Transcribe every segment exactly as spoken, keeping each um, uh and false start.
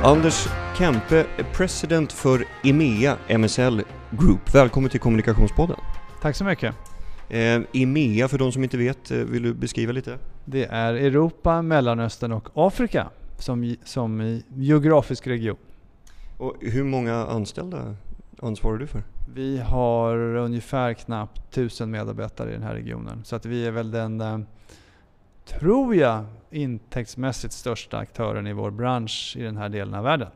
Anders Kempe, president för EMEA M S L Group. Välkommen till Kommunikationspodden. Tack så mycket. Eh, EMEA, för de som inte vet, vill du beskriva lite? Det är Europa, Mellanöstern och Afrika som, som i geografisk region. Och hur många anställda ansvarar du för? Vi har ungefär knappt tusen medarbetare i den här regionen. Så att vi är väl den, eh, tror jag, intäktsmässigt största aktören i vår bransch i den här delen av världen.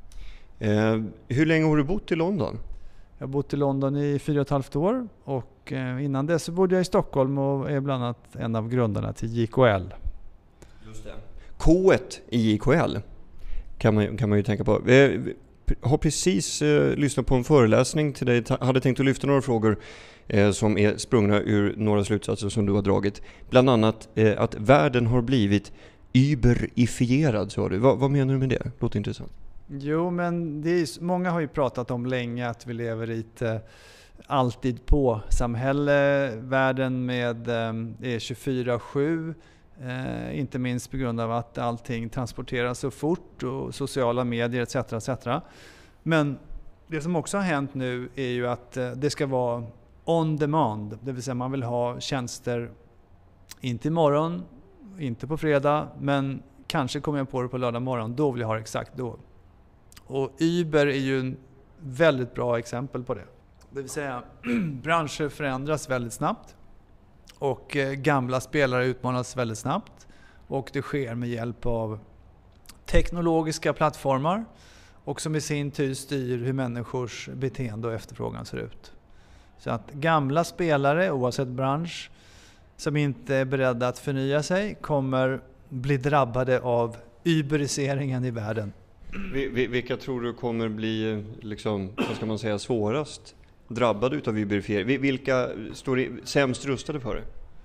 Eh, hur länge har du bott i London? Jag har bott i London i fyra och ett halvt år och eh, innan dess så bodde jag i Stockholm och är bland annat en av grundarna till J K L. Just det. K ett i J K L kan man, kan man ju tänka på. Eh, har precis eh, lyssnat på en föreläsning till dig. Hade tänkt att lyfta några frågor eh, som är sprungna ur några slutsatser som du har dragit. Bland annat eh, att världen har blivit überifierad, sa du. Va, vad menar du med det? Låter intressant. Jo, men det är, många har ju pratat om länge att vi lever i ett eh, alltid på samhälle. Världen med eh, tjugofyra sju. Eh, inte minst på grund av att allting transporteras så fort och sociala medier et cetera et cetera. Men det som också har hänt nu är ju att eh, det ska vara on demand. Det vill säga man vill ha tjänster inte imorgon, inte på fredag, men kanske kommer jag på det på lördag morgon. Då vill jag ha det exakt då. Och Uber är ju en väldigt bra exempel på det. Det vill säga branscher förändras väldigt snabbt. Och gamla spelare utmanas väldigt snabbt. Och det sker med hjälp av teknologiska plattformar. Och som i sin tur styr hur människors beteende och efterfrågan ser ut. Så att gamla spelare, oavsett bransch, som inte är beredda att förnya sig, kommer bli drabbade av uberiseringen i världen. Vilka tror du kommer bli, liksom, vad ska man säga, svårast drabbade utav uberifiering? Vilka står sämst rustade för det?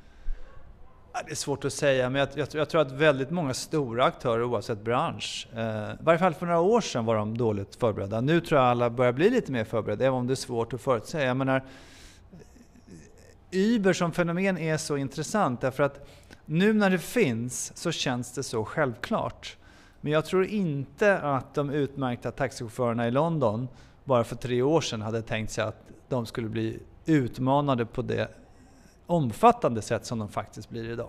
Det är svårt att säga, men jag, jag, jag tror att väldigt många stora aktörer oavsett bransch, eh, i varje fall för några år sedan var de dåligt förberedda. Nu tror jag alla börjar bli lite mer förberedda, även om det är svårt att förutsäga. Jag menar, Uber som fenomen är så intressant därför att nu när det finns så känns det så självklart. Men jag tror inte att de utmärkta taxichaufförerna i London bara för tre år sedan hade tänkt sig att de skulle bli utmanade på det omfattande sätt som de faktiskt blir idag.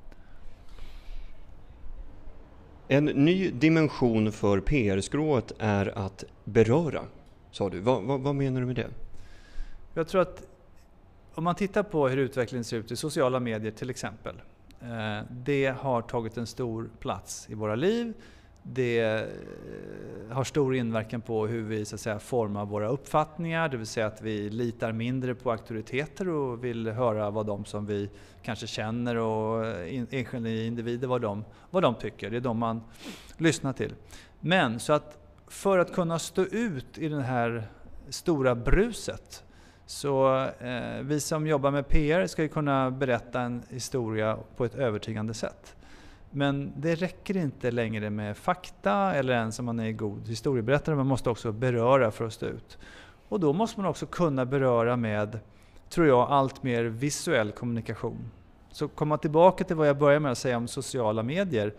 En ny dimension för P R-skrået är att beröra, sa du. Vad, vad, vad menar du med det? Jag tror att om man tittar på hur utvecklingen ser ut i sociala medier till exempel. Eh, det har tagit en stor plats i våra liv. Det har stor inverkan på hur vi så att säga, formar våra uppfattningar. Det vill säga att vi litar mindre på auktoriteter och vill höra vad de som vi kanske känner och enskilda individer vad de, vad de tycker. Det är de man lyssnar till. Men så att för att kunna stå ut i det här stora bruset så eh, vi som jobbar med P R ska ju kunna berätta en historia på ett övertygande sätt. Men det räcker inte längre med fakta eller ens om man är god historieberättare. Man måste också beröra för att stå ut. Och då måste man också kunna beröra med, tror jag, allt mer visuell kommunikation. Så komma tillbaka till vad jag började med att säga om sociala medier.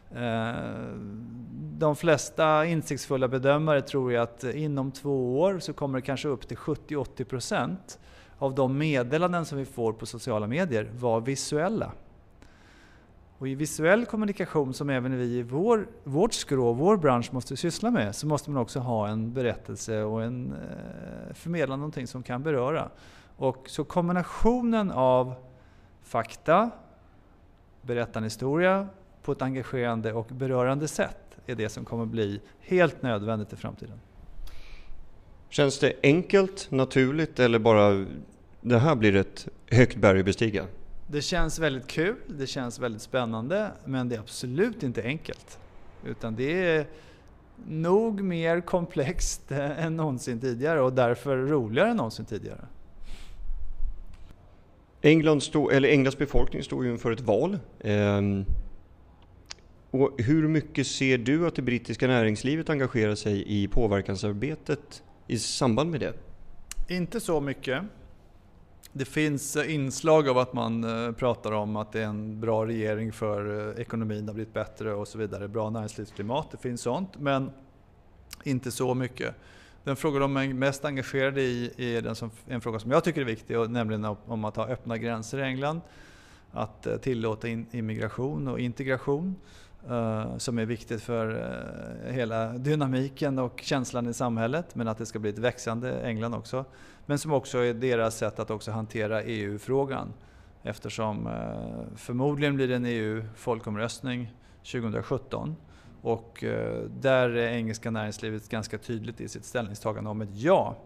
De flesta insiktsfulla bedömare tror jag att inom två år så kommer det kanske upp till sjuttio till åttio procent av de meddelanden som vi får på sociala medier vara visuella. Och i visuell kommunikation som även vi i vår, vårt skrå, vår bransch måste syssla med, så måste man också ha en berättelse och en eh, förmedla någonting som kan beröra. Och så kombinationen av fakta, berätta en historia på ett engagerande och berörande sätt är det som kommer bli helt nödvändigt i framtiden. Känns det enkelt, naturligt eller bara det här blir ett högt berg att bestiga? Det känns väldigt kul, det känns väldigt spännande, men det är absolut inte enkelt. Utan det är nog mer komplext än någonsin tidigare och därför roligare än någonsin tidigare. England stod, eller Englands befolkning står ju inför ett val. Ehm, och hur mycket ser du att det brittiska näringslivet engagerar sig i påverkansarbetet i samband med det? Inte så mycket. Det finns inslag av att man pratar om att det är en bra regering för ekonomin har blivit bättre och så vidare. Bra näringslivsklimat, det finns sånt. Men inte så mycket. Den fråga de är mest engagerade i är den som, en fråga som jag tycker är viktig, och nämligen om att ha öppna gränser i England. Att tillåta in, immigration och integration uh, som är viktigt för uh, hela dynamiken och känslan i samhället, men att det ska bli ett växande England också. Men som också är deras sätt att också hantera E U-frågan, eftersom uh, förmodligen blir det en E U-folkomröstning tjugohundrasjutton. Och eh, där är engelska näringslivet ganska tydligt i sitt ställningstagande om ett ja.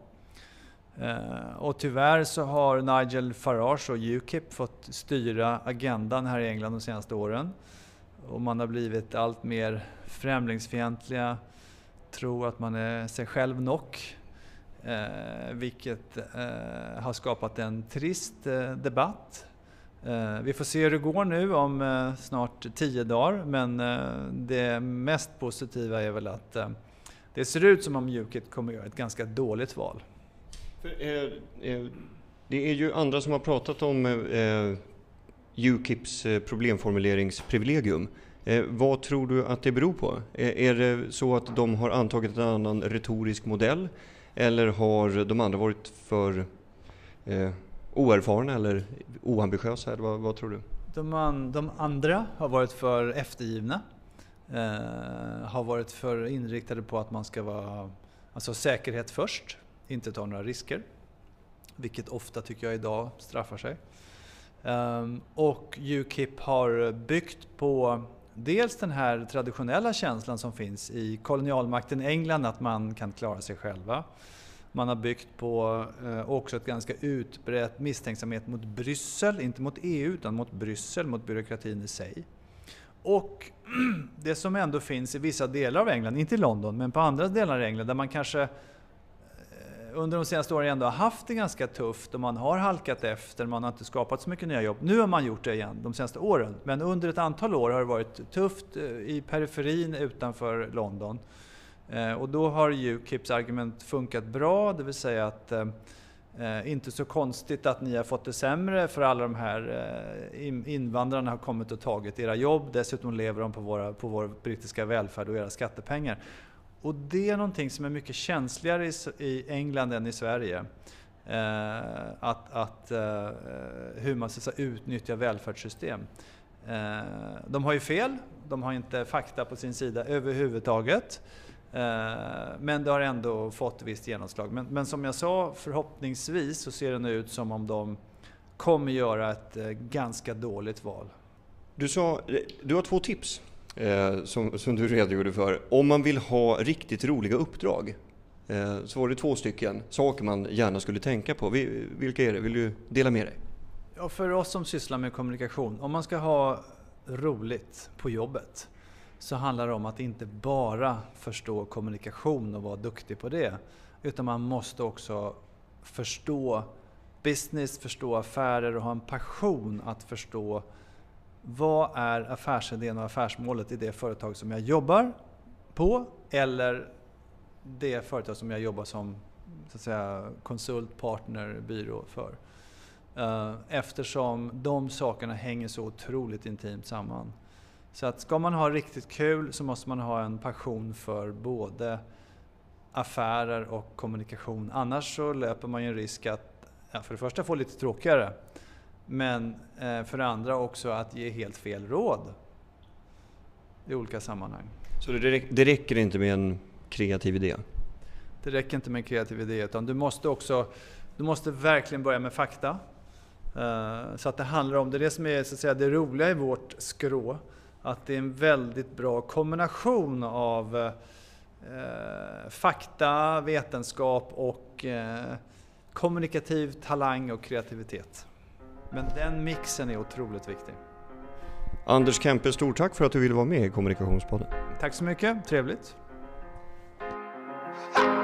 Eh, och tyvärr så har Nigel Farage och U K I P fått styra agendan här i England de senaste åren. Och man har blivit allt mer främlingsfientliga, tror att man är sig själv nog. Eh, vilket eh, har skapat en trist eh, debatt. Uh, vi får se hur det går nu om uh, snart tio dagar, men uh, det mest positiva är väl att uh, det ser ut som om U K I P kommer göra ett ganska dåligt val. För, eh, eh, det är ju andra som har pratat om eh, U K I Ps eh, problemformuleringsprivilegium. Eh, vad tror du att det beror på? Eh, är det så att de har antagit en annan retorisk modell, eller har de andra varit för... Eh, oerfarna eller oambitiösa, eller vad, vad tror du? De, an, de andra har varit för eftergivna. Eh, har varit för inriktade på att man ska vara alltså säkerhet först, inte ta några risker. Vilket ofta tycker jag idag straffar sig. Eh, och U K I P har byggt på dels den här traditionella känslan som finns i kolonialmakten i England, att man kan klara sig själva. Man har byggt på eh, också ett ganska utbrett misstänksamhet mot Bryssel, inte mot E U utan mot Bryssel, mot byråkratin i sig. Och det som ändå finns i vissa delar av England, inte i London men på andra delar av England, där man kanske eh, under de senaste åren ändå har haft det ganska tufft och man har halkat efter, man har inte skapat så mycket nya jobb. Nu har man gjort det igen de senaste åren, men under ett antal år har det varit tufft eh, i periferin utanför London. Eh, och då har U K I Ps argument funkat bra, det vill säga att eh, inte så konstigt att ni har fått det sämre, för alla de här eh, invandrarna har kommit och tagit era jobb, dessutom lever de på, våra, på vår brittiska välfärd och era skattepengar. Och det är någonting som är mycket känsligare i, i England än i Sverige. Eh, att, att, eh, hur man ska utnyttja välfärdssystem. Eh, de har ju fel, de har inte fakta på sin sida överhuvudtaget. Men det har ändå fått visst genomslag. Men, men som jag sa, förhoppningsvis så ser det nu ut som om de kommer göra ett ganska dåligt val. Du sa, du har två tips eh, som, som du redogjorde för. Om man vill ha riktigt roliga uppdrag eh, så var det två stycken saker man gärna skulle tänka på. Vilka är det? Vill du dela med dig? Ja, för oss som sysslar med kommunikation, om man ska ha roligt på jobbet, så handlar det om att inte bara förstå kommunikation och vara duktig på det, utan man måste också förstå business, förstå affärer och ha en passion att förstå vad är affärsidén och affärsmålet i det företag som jag jobbar på, eller det företag som jag jobbar som så att säga konsult, partner, byrå för. Eftersom de sakerna hänger så otroligt intimt samman. Så att ska man ha riktigt kul så måste man ha en passion för både affärer och kommunikation. Annars så löper man ju en risk att ja, för det första få lite tråkigare, men eh, för det andra också att ge helt fel råd i olika sammanhang. Så det, räck, det räcker inte med en kreativ idé? Det räcker inte med en kreativ idé, utan du måste också du måste verkligen börja med fakta. Uh, så att det handlar om, det är det som är så att säga det roliga i vårt skrå, att det är en väldigt bra kombination av uh, fakta, vetenskap och uh, kommunikativ talang och kreativitet. Men den mixen är otroligt viktig. Anders Kempe, stort tack för att du ville vara med i Kommunikationspodden. Tack så mycket, trevligt.